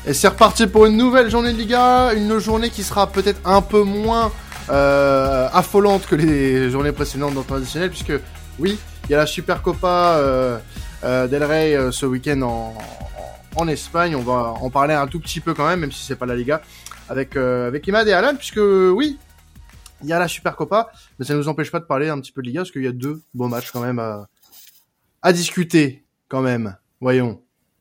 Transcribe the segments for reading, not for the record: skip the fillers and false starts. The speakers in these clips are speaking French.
Et c'est reparti pour une nouvelle journée de Liga, une journée qui sera peut-être un peu moins affolante que les journées précédentes dans le traditionnel, puisque oui, il y a la Supercopa del Rey ce week-end en Espagne. On va en parler un tout petit peu quand même si c'est pas la Liga, avec Imad et Alan, puisque oui, il y a la Supercopa, mais ça ne nous empêche pas de parler un petit peu de Liga, parce qu'il y a deux beaux matchs quand même à discuter quand même. Voyons.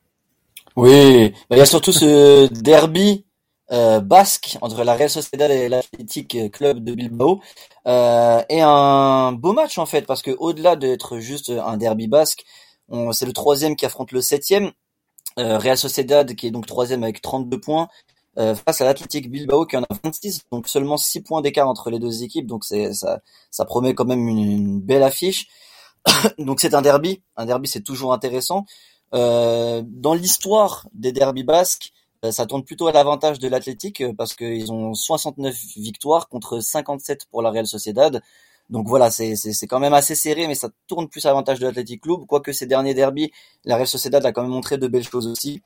Oui, il y a surtout ce derby basque entre la Real Sociedad et l'Athletic Club de Bilbao, et un beau match en fait, parce que au-delà d'être juste un derby basque, c'est le troisième qui affronte le septième, Real Sociedad qui est donc troisième avec 32 points, face à l'Athletic Bilbao qui en a 26, donc seulement 6 points d'écart entre les deux équipes, donc ça promet quand même une belle affiche. Donc c'est un derby c'est toujours intéressant. Dans l'histoire des derbys basques, ça tourne plutôt à l'avantage de l'Athletic, parce qu'ils ont 69 victoires contre 57 pour la Real Sociedad. Donc voilà, c'est quand même assez serré, mais ça tourne plus à l'avantage de l'Athletic Club. Quoique ces derniers derbys, la Real Sociedad a quand même montré de belles choses aussi.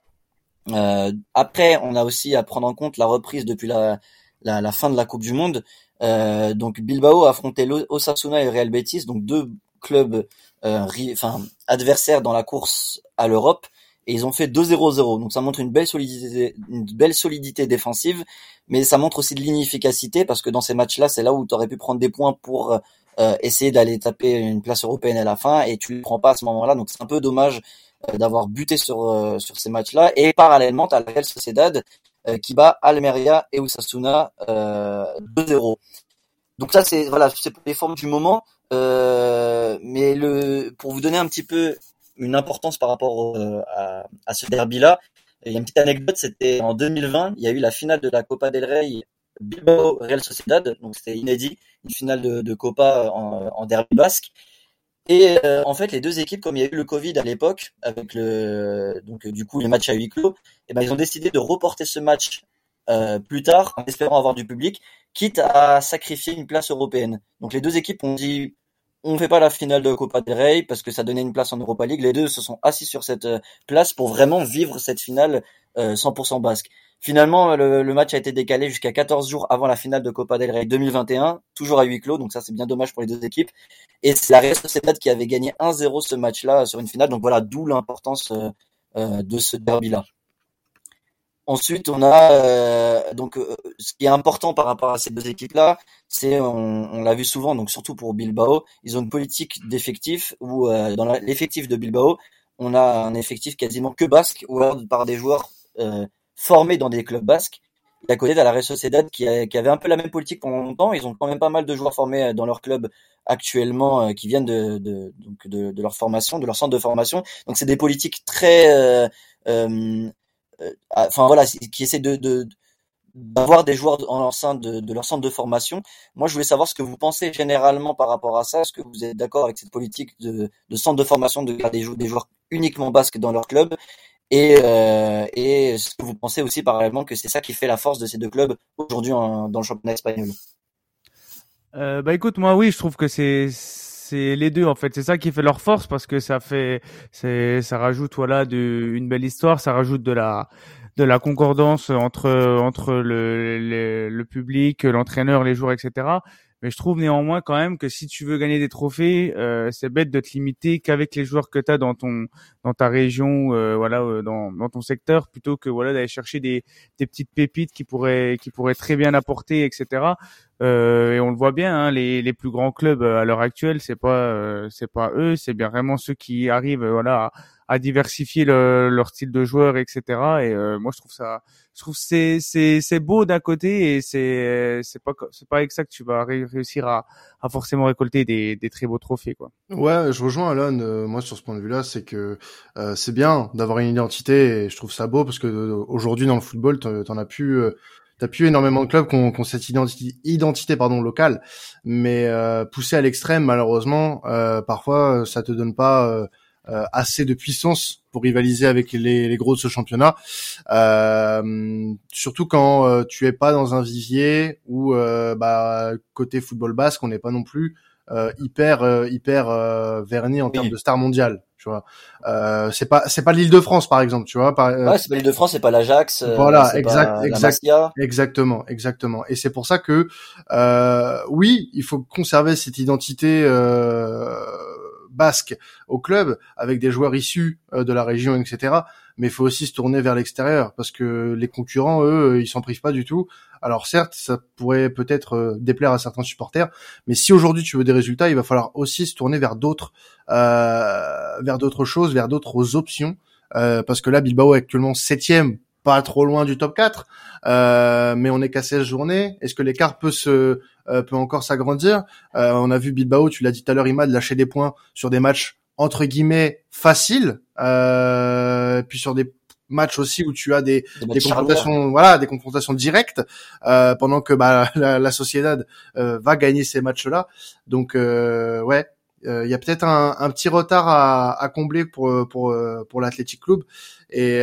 Après, on a aussi à prendre en compte la reprise depuis la fin de la Coupe du Monde. Donc Bilbao a affronté Osasuna et Real Betis, donc deux clubs adversaires dans la course à l'Europe, et ils ont fait 2-0-0. Donc ça montre une belle solidité défensive, mais ça montre aussi de l'inefficacité, parce que dans ces matchs-là, c'est là où tu aurais pu prendre des points pour essayer d'aller taper une place européenne à la fin, et tu ne prends pas à ce moment-là. Donc c'est un peu dommage d'avoir buté sur ces matchs-là. Et parallèlement, tu as la Real Sociedad qui bat Almeria et Osasuna 2-0. Donc ça, c'est pour les formes du moment. Mais pour vous donner un petit peu une importance par rapport à ce derby-là, il y a une petite anecdote. C'était en 2020, il y a eu la finale de la Copa del Rey, Bilbao Real Sociedad, donc c'était inédit, une finale de Copa en derby basque. Et en fait, les deux équipes, comme il y a eu le Covid à l'époque, avec du coup les matchs à huis clos, et ben ils ont décidé de reporter ce match plus tard, en espérant avoir du public, quitte à sacrifier une place européenne. Donc les deux équipes ont dit, on ne fait pas la finale de Copa del Rey parce que ça donnait une place en Europa League. Les deux se sont assis sur cette place pour vraiment vivre cette finale 100% basque. Finalement, le match a été décalé jusqu'à 14 jours avant la finale de Copa del Rey 2021, toujours à huis clos, donc ça c'est bien dommage pour les deux équipes. Et c'est la Real Sociedad qui avait gagné 1-0 ce match-là sur une finale, donc voilà, d'où l'importance de ce derby-là. Ensuite, on a ce qui est important par rapport à ces deux équipes-là, c'est on l'a vu souvent, donc surtout pour Bilbao, ils ont une politique d'effectif où dans l'effectif de Bilbao, on a un effectif quasiment que basque, ou alors par des joueurs formés dans des clubs basques. Et à côté, t'as la Real Sociedad qui avait un peu la même politique pendant longtemps. Ils ont quand même pas mal de joueurs formés dans leur club actuellement, qui viennent de leur formation, de leur centre de formation. Donc c'est des politiques très qui essaient d'avoir des joueurs en leur sein de leur centre de formation. Moi, je voulais savoir ce que vous pensez généralement par rapport à ça. Est-ce que vous êtes d'accord avec cette politique de centre de formation, de garder des joueurs uniquement basques dans leur club, et est-ce que vous pensez aussi parallèlement que c'est ça qui fait la force de ces deux clubs aujourd'hui dans le championnat espagnol? Écoute, moi oui, je trouve que c'est les deux en fait, c'est ça qui fait leur force, parce que ça rajoute une belle histoire, ça rajoute de la concordance entre le public, l'entraîneur, les joueurs, etc. Mais je trouve néanmoins quand même que si tu veux gagner des trophées, c'est bête de te limiter qu'avec les joueurs que tu as dans ta région, dans ton secteur, plutôt que d'aller chercher des petites pépites qui pourraient très bien apporter, etc. Et on le voit bien, hein, les plus grands clubs à l'heure actuelle, c'est pas eux, c'est bien vraiment ceux qui arrivent à diversifier leur style de joueur, etc. Et moi je trouve c'est beau d'un côté, et c'est pas avec ça que tu vas réussir à forcément récolter des très beaux trophées, quoi. Ouais, je rejoins Alan, moi sur ce point de vue-là, c'est que c'est bien d'avoir une identité, et je trouve ça beau parce que aujourd'hui dans le football, t'as plus énormément de clubs qui ont cette identité locale, mais poussé à l'extrême, malheureusement, parfois ça te donne pas assez de puissance pour rivaliser avec les gros de ce championnat, surtout quand tu es pas dans un vivier où côté football basque, on n'est pas non plus hyper vernis en termes de star mondiale, tu vois. C'est pas l'Île-de-France par exemple, tu vois. Ouais, c'est pas l'Île-de-France, c'est pas l'Ajax, voilà, c'est pas la Masia. exactement. Et c'est pour ça que oui, il faut conserver cette identité basque au club avec des joueurs issus de la région, etc. Mais il faut aussi se tourner vers l'extérieur parce que les concurrents, eux, ils s'en privent pas du tout. Alors certes, ça pourrait peut-être déplaire à certains supporters, mais si aujourd'hui tu veux des résultats, il va falloir aussi se tourner vers d'autres choses, vers d'autres options, parce que là, Bilbao est actuellement 7e, pas trop loin du top 4, mais on est qu'à 16 journées. Est-ce que l'écart peut encore s'agrandir? On a vu Bilbao, tu l'as dit tout à l'heure, Imad, lâcher des points sur des matchs entre guillemets faciles, puis sur des matchs aussi où tu as des confrontations, voilà, des confrontations directes, pendant que la Sociedad va gagner ces matchs-là. Donc ouais, il y a peut-être un petit retard à combler pour l'Athletic Club, et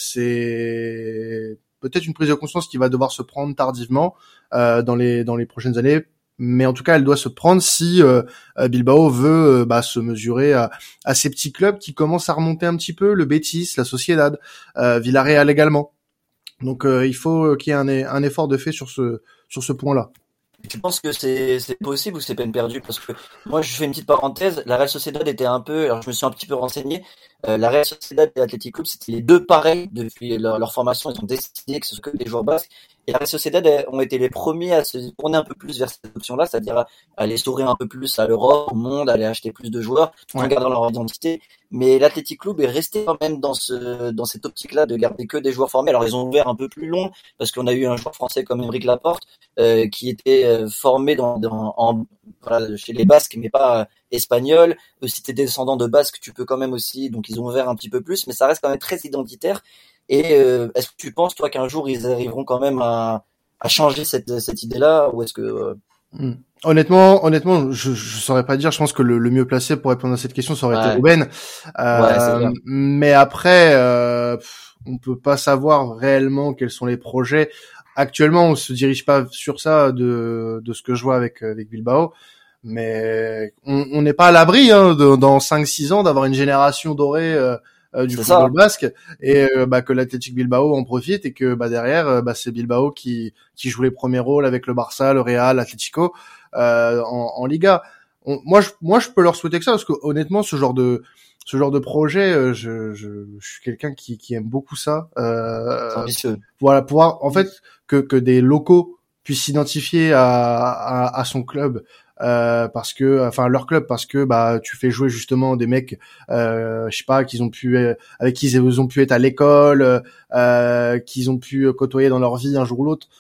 c'est peut-être une prise de conscience qui va devoir se prendre tardivement dans les prochaines années. Mais en tout cas, elle doit se prendre si Bilbao veut se mesurer à ces petits clubs qui commencent à remonter un petit peu, le Betis, la Sociedad, Villarreal également. Donc il faut qu'il y ait un effort de fait sur ce point-là. Tu penses que c'est possible ou c'est peine perdue? Parce que moi, je fais une petite parenthèse. La Real Sociedad était un peu, alors je me suis un petit peu renseigné. La Real Sociedad et l'Athletic Club, c'était les deux pareils depuis leur formation. Ils ont décidé que ce soit que des joueurs basques. Et la Real Sociedad ont été les premiers à se tourner un peu plus vers cette option-là, c'est-à-dire à aller s'ouvrir un peu plus à l'Europe, au monde, aller acheter plus de joueurs, en gardant leur identité. Mais l'Athletic Club est resté quand même dans cette optique-là de garder que des joueurs formés. Alors ils ont ouvert un peu plus long parce qu'on a eu un joueur français comme Aymeric Laporte qui était formé voilà, chez les Basques, mais pas espagnol. Si t'es descendant de Basques, tu peux quand même aussi. Donc ils ont ouvert un petit peu plus, mais ça reste quand même très identitaire. Et est-ce que tu penses toi qu'un jour ils arriveront quand même à changer cette idée-là, ou est-ce que Honnêtement, je saurais pas dire. Je pense que le mieux placé pour répondre à cette question, ça aurait été Ruben. Mais après, on peut pas savoir réellement quels sont les projets. Actuellement, on se dirige pas sur ça de ce que je vois avec Bilbao. Mais on n'est pas à l'abri dans 5-6 ans d'avoir une génération dorée du football basque, et que l'Athletic Bilbao en profite, et que derrière c'est Bilbao qui joue les premiers rôles avec le Barça, le Real, l'Atlético en Liga. Moi je peux leur souhaiter que ça, parce que honnêtement ce genre de projet, je suis quelqu'un qui aime beaucoup ça. ambitieux. Voilà, pouvoir en fait que des locaux puissent s'identifier à son club, parce que leur club, parce que tu fais jouer justement des mecs je sais pas, avec qui ils ont pu être à l'école, qu'ils ont pu côtoyer dans leur vie un jour ou l'autre.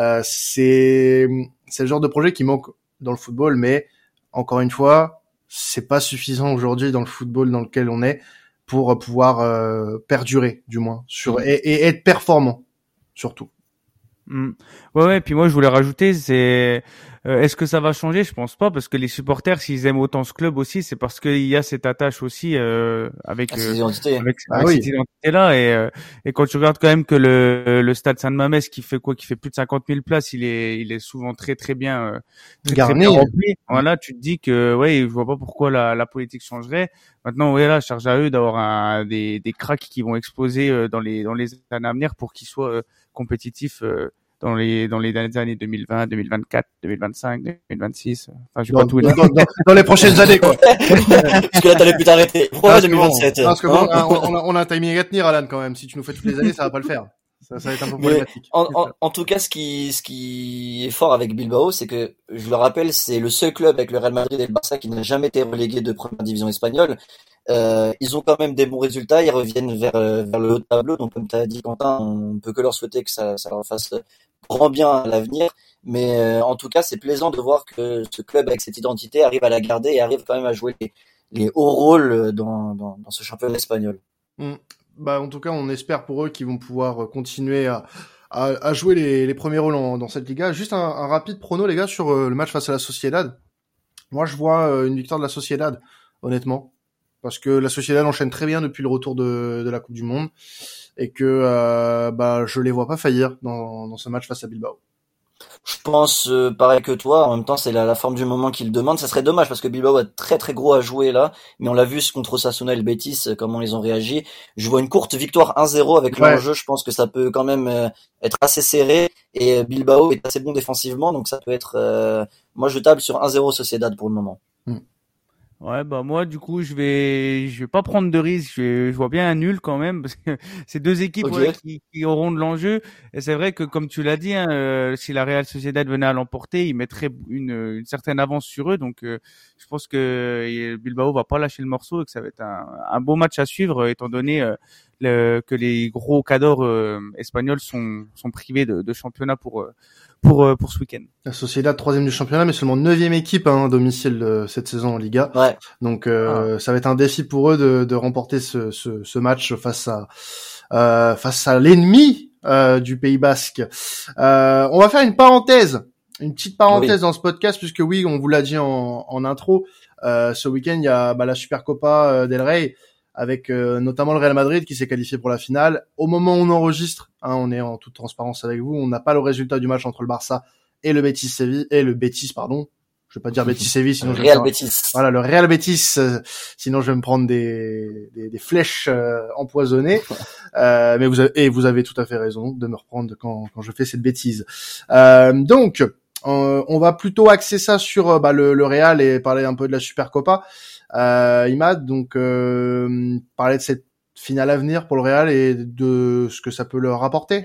C'est le genre de projet qui manque dans le football, mais encore une fois, c'est pas suffisant aujourd'hui dans le football dans lequel on est pour pouvoir perdurer, du moins, et être performant surtout. Ouais, puis moi je voulais rajouter, c'est est-ce que ça va changer? Je pense pas, parce que les supporters, s'ils aiment autant ce club aussi, c'est parce qu'il y a cette attache aussi avec cette identité-là, et quand tu regardes quand même que le stade Saint-Mamès qui fait plus de 50 000 places, il est souvent très très bien garni, très bien rempli. Voilà, tu te dis que je vois pas pourquoi la politique changerait. Maintenant, là, charge à eux d'avoir des cracks qui vont exploser dans les années à venir pour qu'ils soient compétitifs dans les années 2020, 2024, 2025, 2026. Enfin, je vais pas tout dire. Dans les prochaines années, quoi. Parce que là, t'allais plus t'arrêter. Pourquoi 2027? Parce que on a un timing à tenir, Alan, quand même. Si tu nous fais toutes les années, ça va pas le faire. Ça va être un peu problématique. En tout cas, ce qui est fort avec Bilbao, c'est que, je le rappelle, c'est le seul club avec le Real Madrid et le Barça qui n'a jamais été relégué de première division espagnole. Ils ont quand même des bons résultats, ils reviennent vers le haut de tableau, donc comme tu as dit, Quentin, on peut que leur souhaiter que ça leur fasse grand bien à l'avenir, mais en tout cas c'est plaisant de voir que ce club avec cette identité arrive à la garder et arrive quand même à jouer les hauts rôles dans ce championnat espagnol. En tout cas on espère pour eux qu'ils vont pouvoir continuer à jouer les premiers rôles dans cette Liga. Juste un rapide prono, les gars, sur le match face à la Sociedad. Moi je vois une victoire de la Sociedad, honnêtement, parce que la Sociedad enchaîne très bien depuis le retour de la Coupe du Monde, et que je les vois pas faillir dans ce match face à Bilbao. Je pense pareil que toi. En même temps, c'est la forme du moment qu'il demande. Ça serait dommage parce que Bilbao a très très gros à jouer là, mais on l'a vu contre Osasuna et le Betis comment ils ont réagi. Je vois une courte victoire 1-0 avec Ouais. l'enjeu. Je pense que ça peut quand même être assez serré et Bilbao est assez bon défensivement, donc ça peut être. Moi, je table sur 1-0 Sociedad pour le moment. Ouais, bah moi du coup je vais pas prendre de risque. Je vois bien un nul quand même parce que c'est deux équipes Ok. ouais, qui auront de l'enjeu. Et c'est vrai que comme tu l'as dit, hein, si la Real Sociedad venait à l'emporter, ils mettraient une certaine avance sur eux. Donc je pense que Bilbao va pas lâcher le morceau et que ça va être un beau match à suivre étant donné que les gros cadors espagnols sont privés de championnat pour ce week-end. La Sociedad, 3e du championnat, mais seulement 9e équipe à domicile cette saison en Liga. Ouais. Donc ça va être un défi pour eux de remporter ce match face à l'ennemi du Pays Basque. On va faire une petite parenthèse dans ce podcast, puisque oui, on vous l'a dit en intro, ce week-end il y a la Supercopa del Rey avec notamment le Real Madrid qui s'est qualifié pour la finale. Au moment où on enregistre, on est en toute transparence avec vous, on n'a pas le résultat du match entre le Barça et le Betis, pardon. Je vais pas dire Betis Séville, sinon je vais Real Betis. Voilà, le Real Betis, sinon je vais me prendre des flèches empoisonnées. Mais vous avez tout à fait raison de me reprendre quand je fais cette bêtise. Donc, on va plutôt axer ça sur le Real et parler un peu de la Supercopa. Imad, donc parler de cette finale à venir pour le Real et de ce que ça peut leur apporter.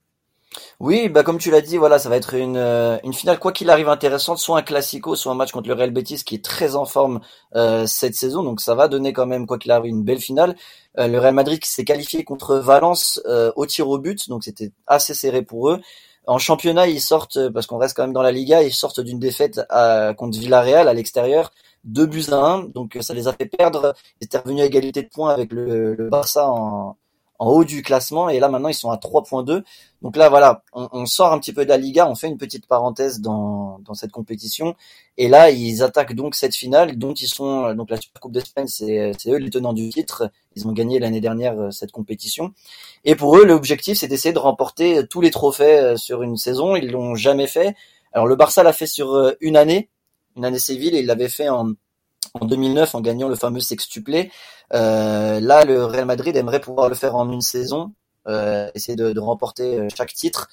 Oui, bah comme tu l'as dit, voilà, ça va être une finale quoi qu'il arrive intéressante, soit un classico, soit un match contre le Real Betis qui est très en forme cette saison, donc ça va donner quand même quoi qu'il arrive une belle finale. Le Real Madrid qui s'est qualifié contre Valence au tir au but, donc c'était assez serré pour eux. En championnat, ils sortent parce qu'on reste quand même dans la Liga, ils sortent d'une défaite contre Villarreal à l'extérieur, 2-1, donc ça les a fait perdre. Ils étaient revenus à égalité de points avec le Barça en haut du classement et là maintenant ils sont à 3,2. Donc là voilà, on sort un petit peu de la Liga, on fait une petite parenthèse dans cette compétition et là ils attaquent donc cette finale dont ils sont donc la Supercoupe d'Espagne, c'est eux les tenants du titre, ils ont gagné l'année dernière cette compétition et pour eux l'objectif c'est d'essayer de remporter tous les trophées sur une saison, ils l'ont jamais fait. Alors le Barça l'a fait sur une année Séville et il l'avait fait en 2009 en gagnant le fameux sextuplé. Là, le Real Madrid aimerait pouvoir le faire en une saison, essayer de remporter chaque titre.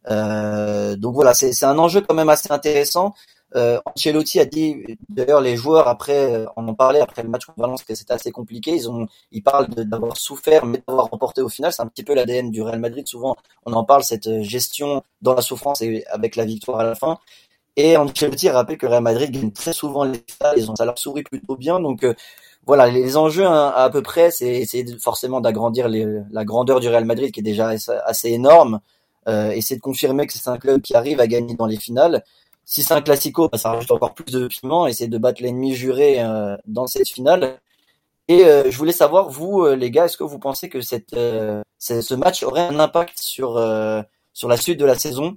Donc voilà, c'est un enjeu quand même assez intéressant. Ancelotti a dit, d'ailleurs les joueurs après, on en parlait après le match contre Valence que c'était assez compliqué. Ils parlent d'avoir souffert mais d'avoir remporté au final. C'est un petit peu l'ADN du Real Madrid. Souvent, on en parle cette gestion dans la souffrance et avec la victoire à la fin. Et Ancelotti rappelle que Real Madrid gagne très souvent les finales, ça leur sourit plutôt bien. Donc voilà, les enjeux à peu près, c'est essayer forcément d'agrandir la grandeur du Real Madrid qui est déjà assez énorme. Essayer de confirmer que c'est un club qui arrive à gagner dans les finales. Si c'est un classico, ça rajoute encore plus de piment. Essayer de battre l'ennemi juré dans cette finale. Et je voulais savoir, vous les gars, est-ce que vous pensez que ce match aurait un impact sur la suite de la saison?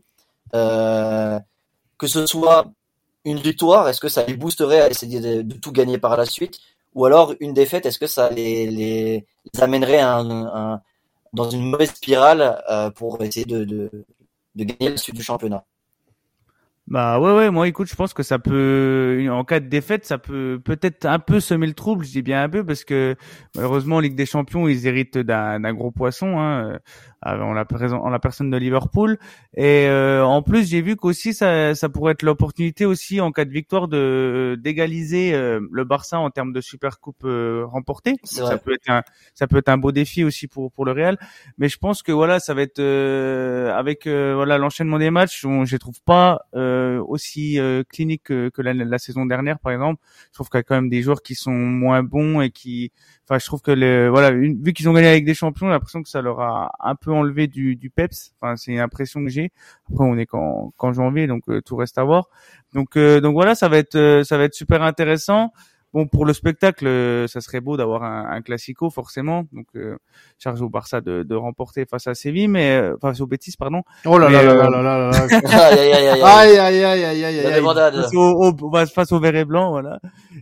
Que ce soit une victoire, est-ce que ça les boosterait à essayer de tout gagner par la suite, ou alors une défaite, est-ce que ça les amènerait dans une mauvaise spirale pour essayer de gagner la suite du championnat? Bah ouais, moi écoute, je pense que ça peut, en cas de défaite, ça peut-être un peu semer le trouble, je dis bien un peu, parce que malheureusement en Ligue des Champions, ils héritent d'un gros poisson, hein, en la personne de Liverpool. Et en plus, j'ai vu qu'aussi ça pourrait être l'opportunité aussi en cas de victoire d'égaliser le Barça en termes de Supercoupe remportée. Ça peut être un beau défi aussi pour le Real. Mais je pense que voilà, ça va être avec voilà l'enchaînement des matchs, je les trouve pas aussi clinique que la saison dernière par exemple. Je trouve qu'il y a quand même des joueurs qui sont moins bons et enfin je trouve que vu qu'ils ont gagné avec des champions, j'ai l'impression que ça leur a un peu enlevé du peps. Enfin c'est une impression que j'ai. Après on est qu'en janvier donc tout reste à voir. Donc voilà, ça va être super intéressant. bon, pour le spectacle, ça serait beau d'avoir un classico forcément. Donc, charge au Barça de remporter face à Séville, mais face au Betis, pardon. Oh là Mais, là là là là là là. Aïe, aïe, aïe, aïe. Aïe aïe aïe aïe aïe La aïe. débandade. Face au vert et blanc, voilà.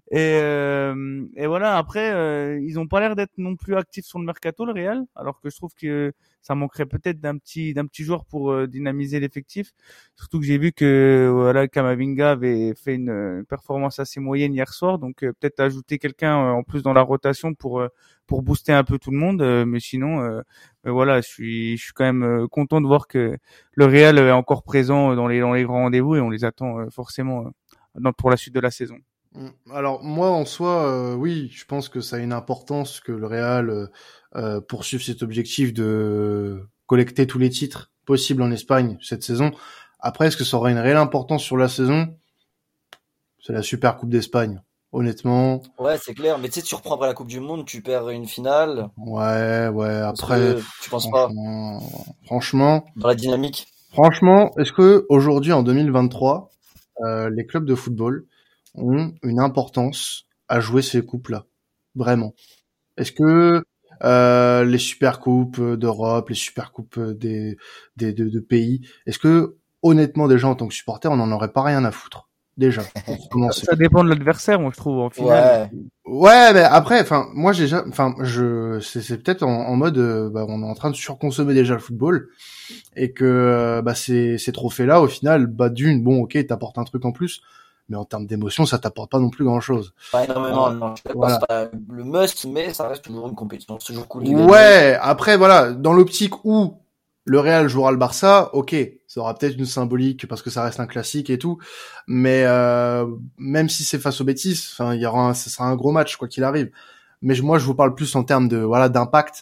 Et voilà. Après, ils ont pas l'air d'être non plus actifs sur le mercato, le Real, alors que je trouve que ça manquerait peut-être d'un petit joueur pour dynamiser l'effectif. Surtout que j'ai vu que voilà, Camavinga avait fait une performance assez moyenne hier soir, donc peut-être ajouter quelqu'un en plus dans la rotation pour booster un peu tout le monde. Mais sinon, voilà, je suis quand même content de voir que le Real est encore présent dans les grands rendez-vous et on les attend forcément pour la suite de la saison. Alors moi en soi, oui, je pense que ça a une importance que le Real poursuive cet objectif de collecter tous les titres possibles en Espagne cette saison. Après, est-ce que ça aura une réelle importance sur la saison? C'est la Super Coupe d'Espagne, honnêtement. Ouais, c'est clair. Mais tu sais, tu reprends après la Coupe du Monde, tu perds une finale. Ouais, Est-ce après, que tu penses pas franchement, dans la dynamique? est-ce que aujourd'hui en 2023, les clubs de football ont une importance à jouer ces coupes-là? Vraiment? Est-ce que les super coupes d'Europe, les super coupes de pays, est-ce que honnêtement déjà en tant que supporter, on n'en aurait pas rien à foutre déjà pour commencer? Ça dépend de l'adversaire, moi je trouve en finale. Ouais, mais après, moi c'est peut-être en mode, on est en train de surconsommer déjà le football et que ces trophées-là, au final, bon, ok, t'apportent un truc en plus. Mais en termes d'émotion, ça t'apporte pas non plus grand-chose. Pas énormément, non. Voilà. C'est pas le must, mais ça reste toujours une compétition. C'est toujours cool de gagner. Ouais, après, voilà, dans l'optique où le Real jouera le Barça, ok, ça aura peut-être une symbolique parce que ça reste un classique et tout, mais même si c'est face au Betis, ce sera un gros match quoi qu'il arrive. Mais moi, je vous parle plus en termes de d'impact,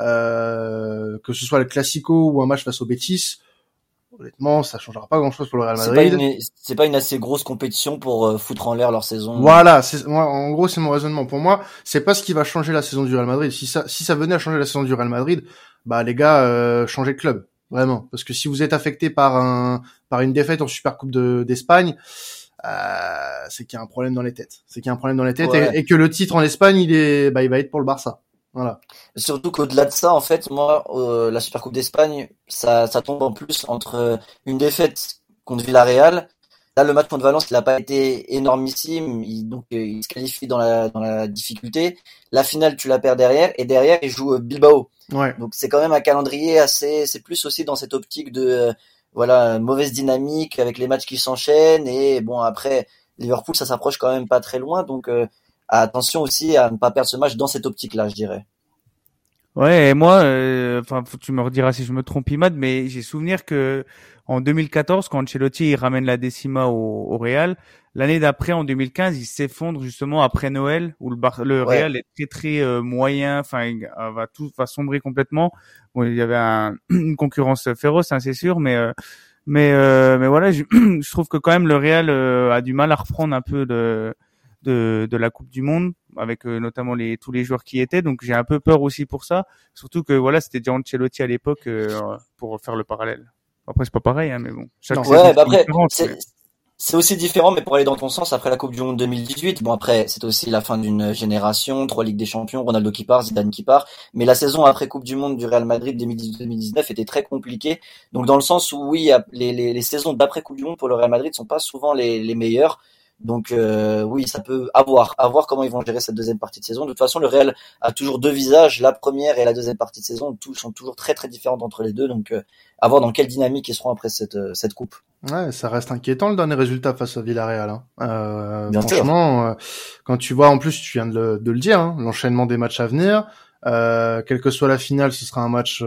que ce soit le Classico ou un match face au Betis. Honnêtement, ça changera pas grand-chose pour le Real Madrid. C'est pas une assez grosse compétition pour foutre en l'air leur saison. Voilà, moi en gros c'est mon raisonnement. Pour moi, c'est pas ce qui va changer la saison du Real Madrid. Si ça venait à changer la saison du Real Madrid, les gars, changez de club, vraiment. Parce que si vous êtes affecté par une défaite en Supercoupe d'Espagne, c'est qu'il y a un problème dans les têtes. Ouais. Et que le titre en Espagne, il va être pour le Barça. Voilà. Surtout qu'au-delà de ça, en fait, moi, la Supercoupe d'Espagne, ça tombe en plus entre une défaite contre Villarreal. Là, le match contre Valence, il n'a pas été énormissime, il se qualifie dans la difficulté. La finale, tu la perds derrière, et derrière, il joue Bilbao. Ouais. Donc c'est quand même un calendrier c'est plus aussi dans cette optique de mauvaise dynamique avec les matchs qui s'enchaînent, et bon après Liverpool, ça s'approche quand même pas très loin, donc attention aussi à ne pas perdre ce match dans cette optique-là, je dirais. Ouais, et moi, tu me rediras si je me trompe, Imad, mais j'ai souvenir que en 2014, quand Ancelotti il ramène la décima au Real, l'année d'après, en 2015, il s'effondre justement après Noël, où le Ouais. Real est très très moyen, va sombrer complètement. Bon, il y avait une concurrence féroce, hein, c'est sûr, mais voilà, je trouve que quand même le Real a du mal à reprendre un peu de la Coupe du Monde, avec notamment tous les joueurs qui y étaient, donc j'ai un peu peur aussi pour ça, surtout que voilà, c'était déjà Ancelotti à l'époque, pour faire le parallèle. Après c'est pas pareil, hein, mais bon, chaque saison, Ouais, après mais... c'est aussi différent, mais pour aller dans ton sens, après la Coupe du Monde 2018, bon après c'était aussi la fin d'une génération, 3 Ligues des Champions, Ronaldo qui part, Zidane qui part, mais la saison après Coupe du Monde du Real Madrid 2018-2019 était très compliquée, donc dans le sens où oui, les saisons d'après Coupe du Monde pour le Real Madrid sont pas souvent les meilleures. Donc oui, ça peut à voir comment ils vont gérer cette deuxième partie de saison. De toute façon, le Real a toujours deux visages, la première et la deuxième partie de saison sont toujours très très différentes entre les deux. Donc à voir dans quelle dynamique ils seront après cette coupe. Ouais, ça reste inquiétant le dernier résultat face à Villarreal. Bien franchement, quand tu vois, en plus, tu viens de le dire, hein, l'enchaînement des matchs à venir, quelle que soit la finale, ce sera un match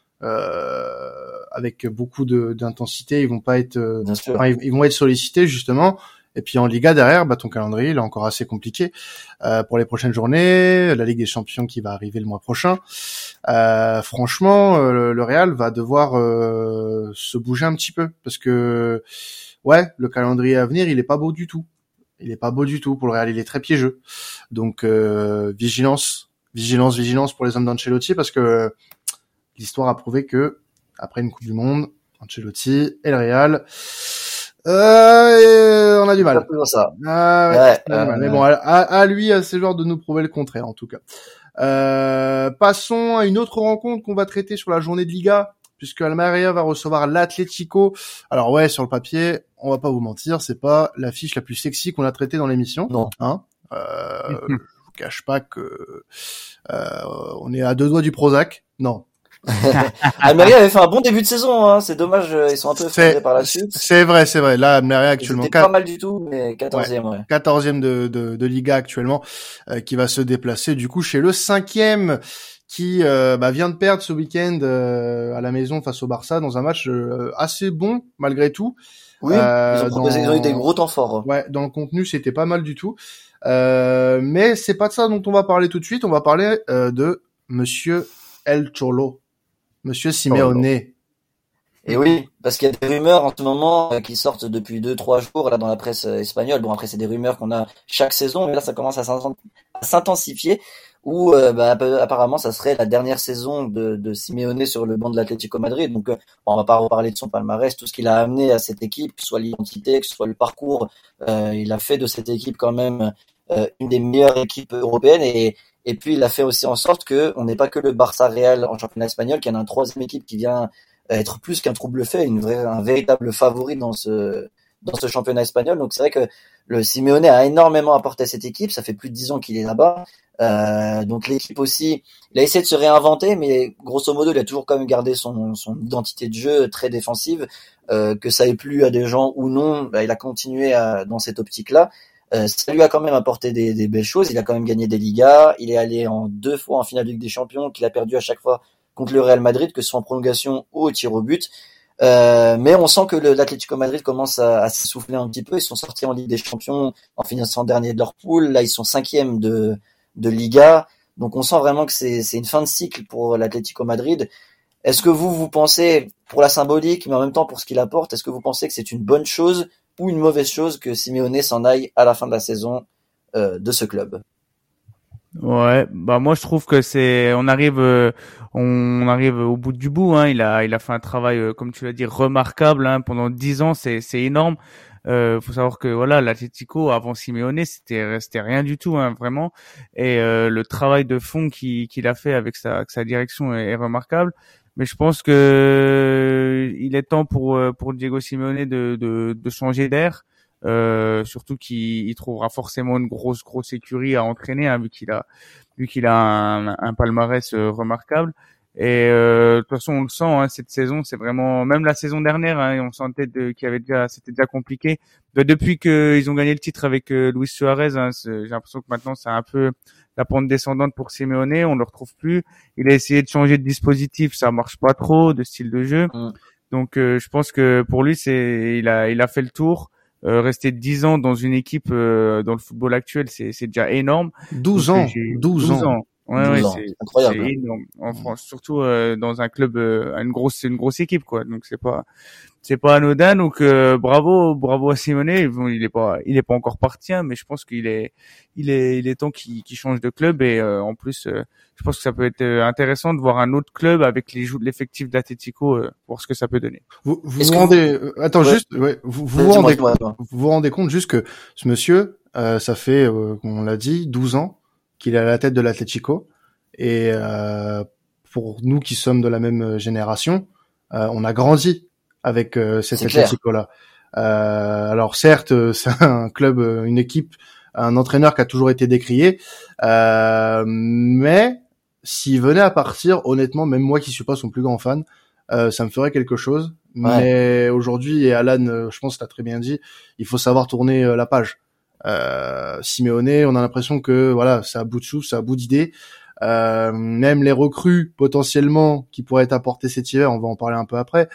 avec beaucoup d'intensité. Ils vont pas être, ils vont être sollicités justement. Et puis en Liga derrière, ton calendrier il est encore assez compliqué pour les prochaines journées. La Ligue des Champions qui va arriver le mois prochain. Franchement, le Real va devoir se bouger un petit peu parce que le calendrier à venir il est pas beau du tout. Il est pas beau du tout pour le Real. Il est très piégeux. Donc vigilance pour les hommes d'Ancelotti parce que l'histoire a prouvé que après une Coupe du Monde, Ancelotti et le Real On a du mal. C'est toujours ça. Ouais, on a du mal. Mais bon, à lui, à ce genre de nous prouver le contraire, en tout cas. Passons à une autre rencontre qu'on va traiter sur la journée de Liga, puisque Almeria va recevoir l'Atlético. Alors ouais, sur le papier, on va pas vous mentir, c'est pas l'affiche la plus sexy qu'on a traitée dans l'émission. Non. Hein. Je vous cache pas que on est à 2 doigts du Prozac. Non. Almeria avait fait un bon début de saison, hein. C'est dommage, ils sont un peu effondrés par la suite. C'est vrai. Là, Almeria actuellement. C'était pas mal du tout, mais 14e, ouais. 14e de Liga actuellement, qui va se déplacer du coup chez le 5e, qui vient de perdre ce week-end à la maison face au Barça dans un match assez bon malgré tout. Oui, ils ont eu des gros temps forts. Ouais, dans le contenu, c'était pas mal du tout. Mais c'est pas de ça dont on va parler tout de suite. On va parler de Monsieur El Cholo, Monsieur Simeone. Et oui, parce qu'il y a des rumeurs en ce moment qui sortent depuis 2-3 jours là dans la presse espagnole. Bon, après c'est des rumeurs qu'on a chaque saison, mais là ça commence à s'intensifier. Où apparemment ça serait la dernière saison de Simeone sur le banc de l'Atlético Madrid. Donc on va pas reparler de son palmarès, tout ce qu'il a amené à cette équipe, que ce soit l'identité, que ce soit le parcours. Il a fait de cette équipe quand même une des meilleures équipes européennes et puis il a fait aussi en sorte que on n'est pas que le Barça Real en championnat espagnol, qu'il y en a une troisième équipe qui vient être plus qu'un trouble fait, un véritable favori dans ce championnat espagnol. Donc c'est vrai que le Simeone a énormément apporté à cette équipe. Ça fait plus de 10 ans qu'il est là-bas. Donc l'équipe aussi, il a essayé de se réinventer, mais grosso modo, il a toujours quand même gardé son identité de jeu très défensive. Que ça ait plu à des gens ou non, il a continué dans cette optique-là. Ça lui a quand même apporté des belles choses. Il a quand même gagné des Ligas. Il est allé 2 fois en finale de Ligue des Champions, qu'il a perdu à chaque fois contre le Real Madrid, que ce soit en prolongation ou au tir au but. Mais on sent que l'Atlético Madrid commence à s'essouffler un petit peu. Ils sont sortis en Ligue des Champions en finissant dernier de leur poule. Là, ils sont 5e de Liga. Donc on sent vraiment que c'est une fin de cycle pour l'Atlético Madrid. Est-ce que vous pensez, pour la symbolique, mais en même temps pour ce qu'il apporte, est-ce que vous pensez que c'est une bonne chose ou une mauvaise chose que Simeone s'en aille à la fin de la saison de ce club? Ouais, moi je trouve que on arrive au bout du bout, hein. Il a fait un travail comme tu l'as dit remarquable, hein, pendant 10 ans, c'est énorme. Faut savoir que voilà, l'Atlético avant Simeone, c'était rien du tout, hein, vraiment. Et le travail de fond qu'il a fait avec sa direction est remarquable. Mais je pense que il est temps pour Diego Simeone de changer d'air. Surtout qu'il trouvera forcément une grosse écurie à entraîner, hein, vu qu'il a un palmarès remarquable. Et de toute façon on le sent, hein, cette saison c'est vraiment, même la saison dernière, hein, on sentait c'était déjà compliqué. Depuis qu'ils ont gagné le titre avec Luis Suarez, hein, j'ai l'impression que maintenant c'est un peu la pente descendante pour Simeone, on le retrouve plus. Il a essayé de changer de dispositif, ça marche pas trop, de style de jeu. Donc je pense que pour lui il a fait le tour. Rester 10 ans dans une équipe dans le football actuel, c'est déjà énorme. 12 ans. Ouais, c'est incroyable. C'est énorme. En France, surtout dans un club, c'est une grosse équipe, quoi. Donc c'est pas anodin. Donc bravo à Simeone. Bon, il est pas encore parti, hein, mais je pense qu'il est temps qu'il change de club. Et en plus, je pense que ça peut être intéressant de voir un autre club avec l'effectif d'Atlético, voir ce que ça peut donner. Vous rendez vous rendez compte juste que ce monsieur, ça fait, on l'a dit, 12 ans qu'il est à la tête de l'Atlético. Et pour nous qui sommes de la même génération, on a grandi avec cet Atlético-là. Alors certes, c'est un club, une équipe, un entraîneur qui a toujours été décrié, mais s'il venait à partir, honnêtement, même moi qui suis pas son plus grand fan, ça me ferait quelque chose. Ouais. Mais aujourd'hui, et Alan, je pense que t'as très bien dit, il faut savoir tourner la page. Simeone, on a l'impression que voilà, c'est à bout de souffle, c'est à bout d'idées. Même les recrues potentiellement qui pourraient être apportées cet hiver, on va en parler un peu après.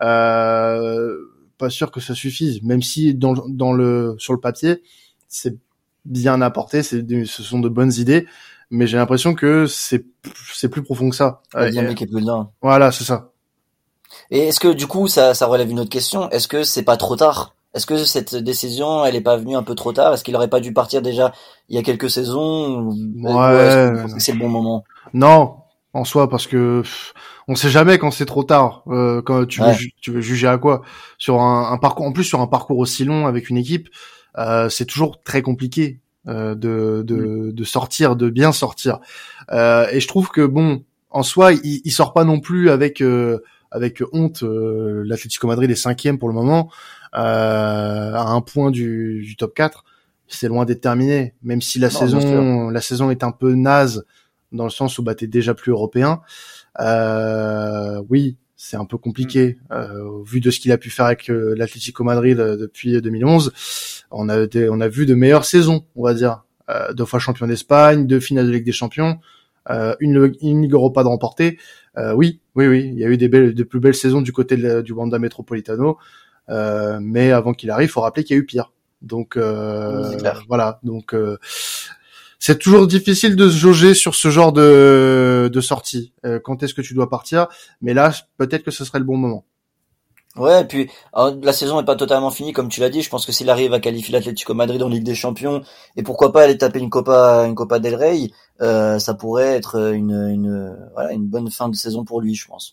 Pas sûr que ça suffise, même si sur le papier, c'est bien apporté, ce sont de bonnes idées, mais j'ai l'impression que c'est plus profond que ça. La dynamique est plus là. Voilà, c'est ça. Et est-ce que du coup, ça relève une autre question? Est-ce que c'est pas trop tard? Est-ce que cette décision, elle est pas venue un peu trop tard? Est-ce qu'il aurait pas dû partir déjà il y a quelques saisons? Ouais. Est-ce que c'est le bon moment? Non, en soi, parce que on sait jamais quand c'est trop tard. Quand tu veux juger à quoi sur un parcours, en plus sur un parcours aussi long avec une équipe, c'est toujours très compliqué de sortir, de bien sortir. Et je trouve que bon, en soi, il sort pas non plus avec honte. L'Atlético Madrid est 5e pour le moment, à un point du top 4. C'est loin d'être terminé, même si la saison est un peu naze dans le sens où t'es déjà plus européen. Oui, c'est un peu compliqué au vu de ce qu'il a pu faire avec l'Atlético Madrid depuis 2011. On a vu de meilleures saisons, on va dire. 2 fois champion d'Espagne, 2 finales de Ligue des Champions, une Ligue Europa de remporter. Oui, il y a eu de plus belles saisons du côté du Wanda Metropolitano, mais avant qu'il arrive, faut rappeler qu'il y a eu pire. Donc voilà, donc c'est toujours difficile de se jauger sur ce genre de sortie. Quand est-ce que tu dois partir? Mais là, peut-être que ce serait le bon moment. Ouais, et puis la saison n'est pas totalement finie, comme tu l'as dit. Je pense que s'il arrive à qualifier l'Atlético Madrid en Ligue des Champions, et pourquoi pas aller taper une Copa del Rey, ça pourrait être une bonne fin de saison pour lui, je pense.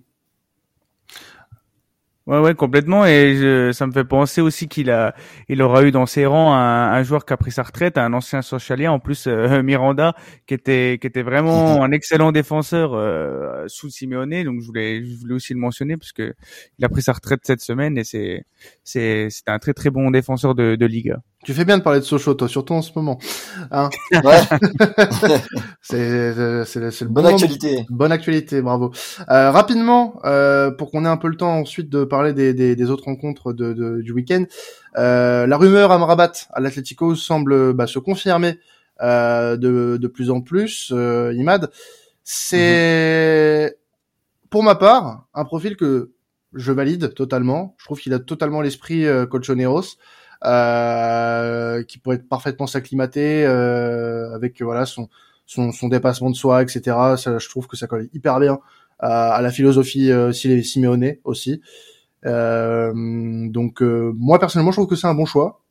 Ouais, complètement. Et ça me fait penser aussi il aura eu dans ses rangs un joueur qui a pris sa retraite, un ancien socialien, en plus Miranda, qui était vraiment un excellent défenseur sous Simeone. Donc je voulais aussi le mentionner parce que il a pris sa retraite cette semaine et c'est un très très bon défenseur de Liga. Tu fais bien de parler de Sochaux, toi, surtout en ce moment. Hein. Ouais. c'est le bonne actualité. Bonne actualité, bravo. Rapidement, pour qu'on ait un peu le temps ensuite de parler des autres rencontres du week-end, la rumeur Amrabat à l'Atlético semble se confirmer de plus en plus. Imad, c'est pour ma part un profil que je valide totalement. Je trouve qu'il a totalement l'esprit Colchoneros. Qui pourrait parfaitement s'acclimater avec son dépassement de soi, etc. Ça, je trouve que ça colle hyper bien à la philosophie Simeone aussi. Donc moi personnellement, je trouve que c'est un bon choix.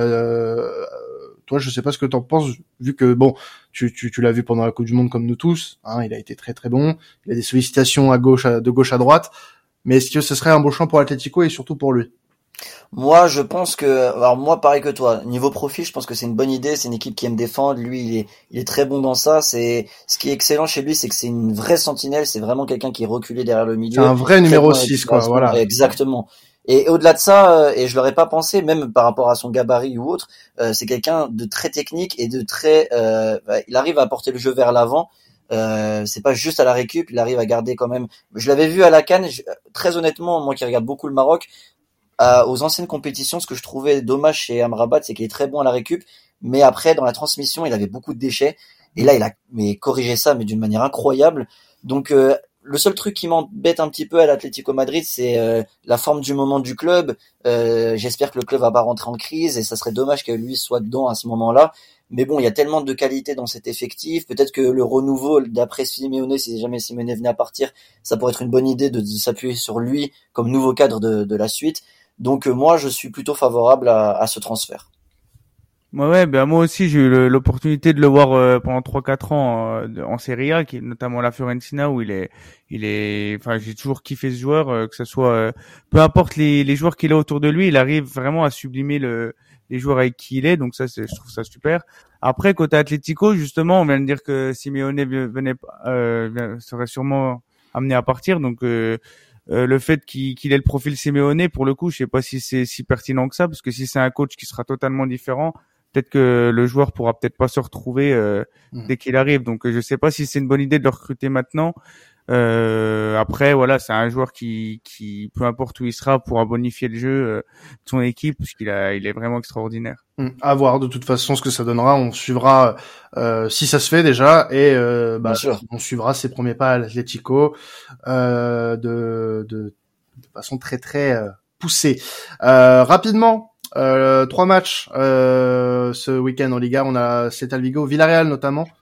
Toi, je sais pas ce que t'en penses, vu que bon, tu l'as vu pendant la Coupe du Monde comme nous tous. Hein, il a été très très bon. Il a des sollicitations de gauche à droite. Mais est-ce que ce serait un bon choix pour Atlético et surtout pour lui? Moi, je pense alors moi, pareil que toi, niveau profil, je pense que c'est une bonne idée. C'est une équipe qui aime défendre. Lui, il est très bon dans ça. Ce qui est excellent chez lui, c'est que c'est une vraie sentinelle. C'est vraiment quelqu'un qui est reculé derrière le milieu. C'est un vrai numéro 6, quoi, voilà. Exactement. Et au-delà de ça, et je l'aurais pas pensé, même par rapport à son gabarit ou autre, c'est quelqu'un de très technique et de très, il arrive à porter le jeu vers l'avant. C'est pas juste à la récup, il arrive à garder quand même. Je l'avais vu à la CAN, très honnêtement, moi qui regarde beaucoup le Maroc, aux anciennes compétitions, ce que je trouvais dommage chez Amrabat, c'est qu'il est très bon à la récup, mais après dans la transmission, il avait beaucoup de déchets. Et là, il a corrigé ça, mais d'une manière incroyable. Donc le seul truc qui m'embête un petit peu à l'Atlético Madrid, c'est la forme du moment du club. J'espère que le club va pas rentrer en crise et ça serait dommage que lui soit dedans à ce moment-là. Mais bon, il y a tellement de qualité dans cet effectif. Peut-être que le renouveau d'après Simeone, si jamais Simeone venait à partir, ça pourrait être une bonne idée de s'appuyer sur lui comme nouveau cadre de la suite. Donc moi, je suis plutôt favorable à ce transfert. Ouais, moi aussi j'ai eu l'opportunité de le voir pendant 3-4 ans en Serie A, qui notamment la Fiorentina où enfin j'ai toujours kiffé ce joueur, que ce soit peu importe les joueurs qu'il a autour de lui, il arrive vraiment à sublimer les joueurs avec qui il est, donc ça je trouve ça super. Après côté Atlético, justement, on vient de dire que Simeone serait sûrement amené à partir, donc le fait qu'il ait le profil Simeone, pour le coup, je sais pas si c'est si pertinent que ça, parce que si c'est un coach qui sera totalement différent, peut-être que le joueur pourra peut-être pas se retrouver dès qu'il arrive. Donc je sais pas si c'est une bonne idée de le recruter maintenant. Après voilà, c'est un joueur qui peu importe où il sera pourra bonifier le jeu de son équipe, parce il est vraiment extraordinaire. À voir de toute façon ce que ça donnera. On suivra si ça se fait déjà et on suivra ses premiers pas à l'Atlético de façon très très poussée. Rapidement. 3 matchs ce week-end en Liga. On a Celta Vigo, Villarreal notamment.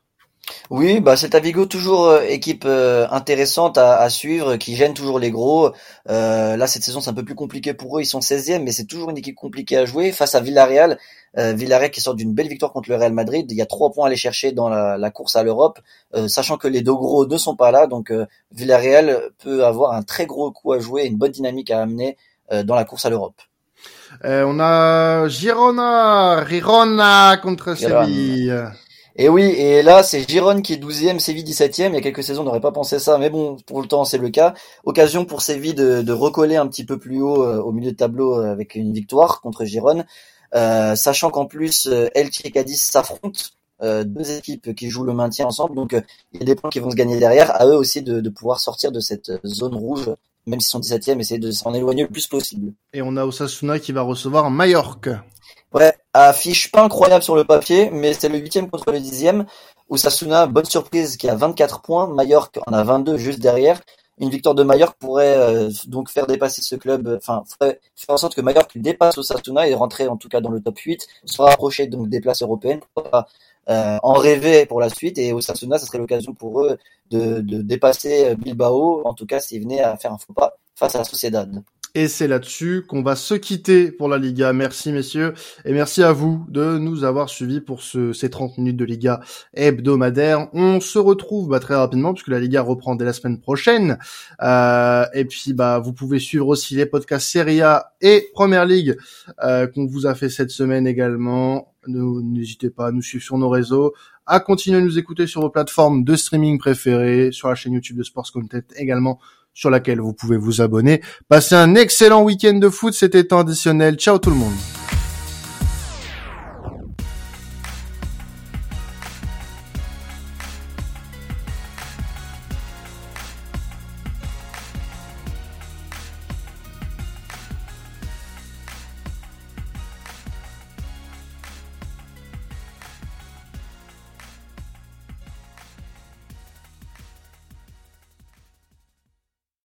Oui, bah Celta Vigo toujours équipe intéressante à suivre, qui gêne toujours les gros. Là cette saison c'est un peu plus compliqué pour eux, ils sont 16e, mais c'est toujours une équipe compliquée à jouer face à Villarreal. Villarreal qui sort d'une belle victoire contre le Real Madrid. Il y a 3 points à aller chercher dans la course à l'Europe, sachant que les deux gros ne sont pas là, donc Villarreal peut avoir un très gros coup à jouer, une bonne dynamique à amener dans la course à l'Europe. On a Girona contre Girona. Séville. Et oui, et là, c'est Girone qui est 12e, Séville 17e. Il y a quelques saisons, on n'aurait pas pensé ça, mais bon, pour le temps, c'est le cas. Occasion pour Séville de recoller un petit peu plus haut au milieu de tableau avec une victoire contre Girone. Sachant qu'en plus, Elche et Cadiz s'affrontent, deux équipes qui jouent le maintien ensemble. Donc, il y a des points qui vont se gagner derrière. À eux aussi de pouvoir sortir de cette zone rouge, même s'ils sont 17e, essayer de s'en éloigner le plus possible. Et on a Osasuna qui va recevoir Majorque. Ouais, affiche pas incroyable sur le papier, mais c'est le 8e contre le 10e. Osasuna, bonne surprise, qui a 24 points. Majorque en a 22 juste derrière. Une victoire de Majorque pourrait donc faire dépasser ce club, enfin, ferait faire en sorte que Majorque dépasse Osasuna et rentrer en tout cas dans le top 8, se rapprocher donc des places européennes, pourquoi pas en rêver pour la suite. Et Osasuna, ça serait l'occasion pour eux de dépasser Bilbao, en tout cas s'ils venaient à faire un faux pas face à la Sociedad. Et c'est là-dessus qu'on va se quitter pour la Liga. Merci messieurs et merci à vous de nous avoir suivis pour ces 30 minutes de Liga hebdomadaire. On se retrouve très rapidement puisque la Liga reprend dès la semaine prochaine. Et puis vous pouvez suivre aussi les podcasts Serie A et Première Ligue qu'on vous a fait cette semaine également. N'hésitez pas à nous suivre sur nos réseaux, à continuer à nous écouter sur vos plateformes de streaming préférées, sur la chaîne YouTube de Sports Content également, sur laquelle vous pouvez vous abonner. Passez un excellent week-end de foot, c'était temps additionnel. Ciao tout le monde.